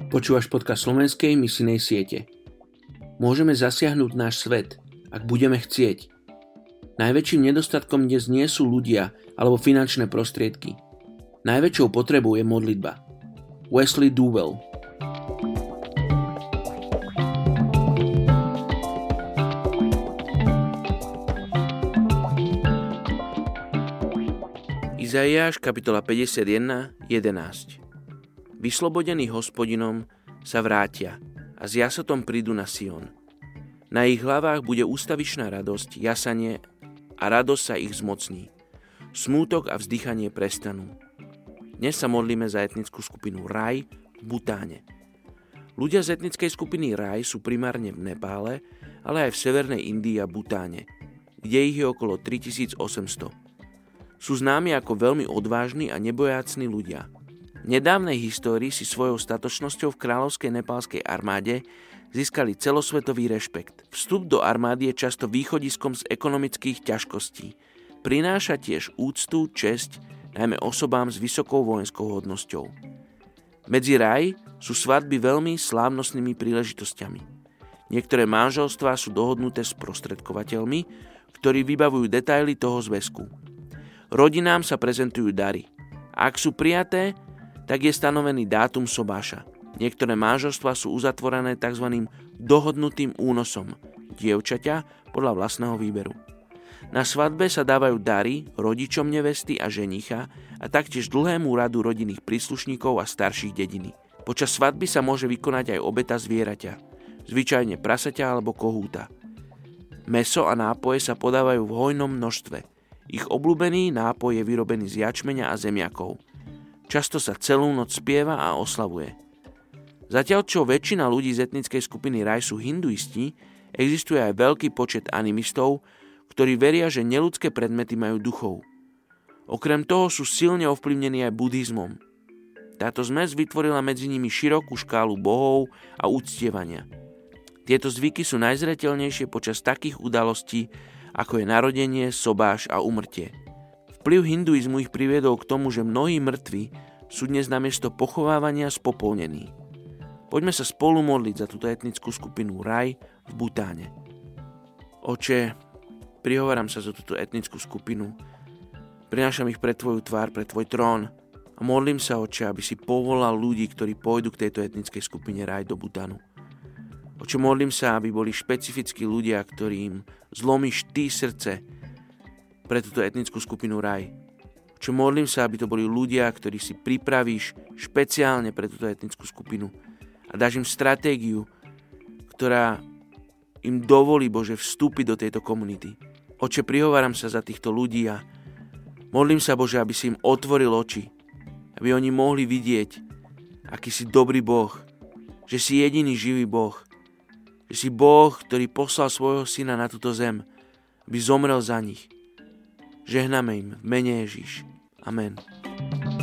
Počúvaš podcast Slovenskej misijnej siete. Môžeme zasiahnuť náš svet, ak budeme chcieť. Najväčším nedostatkom dnes nie sú ľudia alebo finančné prostriedky. Najväčšou potrebou je modlitba. Wesley Duewel. Izaiáš kapitola 51, 11. Vyslobodení Hospodinom sa vrátia a s jasotom prídu na Sion. Na ich hlavách bude ústavičná radosť, jasanie a radosť sa ich zmocní. Smútok a vzdychanie prestanú. Dnes sa modlíme za etnickú skupinu Rai v Bhutáne. Ľudia z etnickej skupiny Rai sú primárne v Nepále, ale aj v severnej Indii a Bhutáne, kde ich je okolo 3800. Sú známi ako veľmi odvážni a nebojácni ľudia. V nedávnej histórii si svojou statočnosťou v kráľovskej nepálskej armáde získali celosvetový rešpekt. Vstup do armády je často východiskom z ekonomických ťažkostí. Prináša tiež úctu, česť, najmä osobám s vysokou vojenskou hodnosťou. Medzi Rai sú svadby veľmi slávnostnými príležitosťami. Niektoré manželstvá sú dohodnuté s sprostredkovateľmi, ktorí vybavujú detaily toho zväzku. Rodinám sa prezentujú dary. Ak sú prijaté, tak je stanovený dátum sobáša. Niektoré manželstvá sú uzatvorené tzv. Dohodnutým únosom dievčaťa podľa vlastného výberu. Na svadbe sa dávajú dary rodičom nevesty a ženicha a taktiež dlhému radu rodinných príslušníkov a starších dediny. Počas svadby sa môže vykonať aj obeta zvieraťa, zvyčajne prasaťa alebo kohúta. Mäso a nápoje sa podávajú v hojnom množstve. Ich obľúbený nápoj je vyrobený z jačmeňa a zemiakov. Často sa celú noc spieva a oslavuje. Zatiaľ čo väčšina ľudí z etnickej skupiny Rai sú hinduisti, existuje aj veľký počet animistov, ktorí veria, že neľudské predmety majú duchov. Okrem toho sú silne ovplyvnení aj buddhizmom. Táto zmes vytvorila medzi nimi širokú škálu bohov a uctievania. Tieto zvyky sú najzreteľnejšie počas takých udalostí, ako je narodenie, sobáš a úmrtie. Vplyv hinduizmu ich priviedol k tomu, že mnohí mŕtvi sú dnes namiesto pochovávania spopolnení. Poďme sa spolu modliť za túto etnickú skupinu Rai v Bhutáne. Oče, prihováram sa za túto etnickú skupinu, prinášam ich pred Tvoju tvár, pred Tvoj trón a modlím sa, Oče, aby si povolal ľudí, ktorí pôjdu k tejto etnickej skupine Rai do Bhutánu. Oče, modlím sa, aby boli špecifickí ľudia, ktorým zlomíš Ty srdce pre túto etnickú skupinu Rai. Oče, modlím sa, aby to boli ľudia, ktorí si pripravíš špeciálne pre túto etnickú skupinu a dáš im stratégiu, ktorá im dovolí, Bože, vstúpiť do tejto komunity. Oče, prihováram sa za týchto ľudí a modlím sa, Bože, aby si im otvoril oči, aby oni mohli vidieť, aký si dobrý Boh, že si jediný živý Boh, že si Boh, ktorý poslal svojho syna na túto zem, aby zomrel za nich. Žehname im v mene Ježiš. Amen.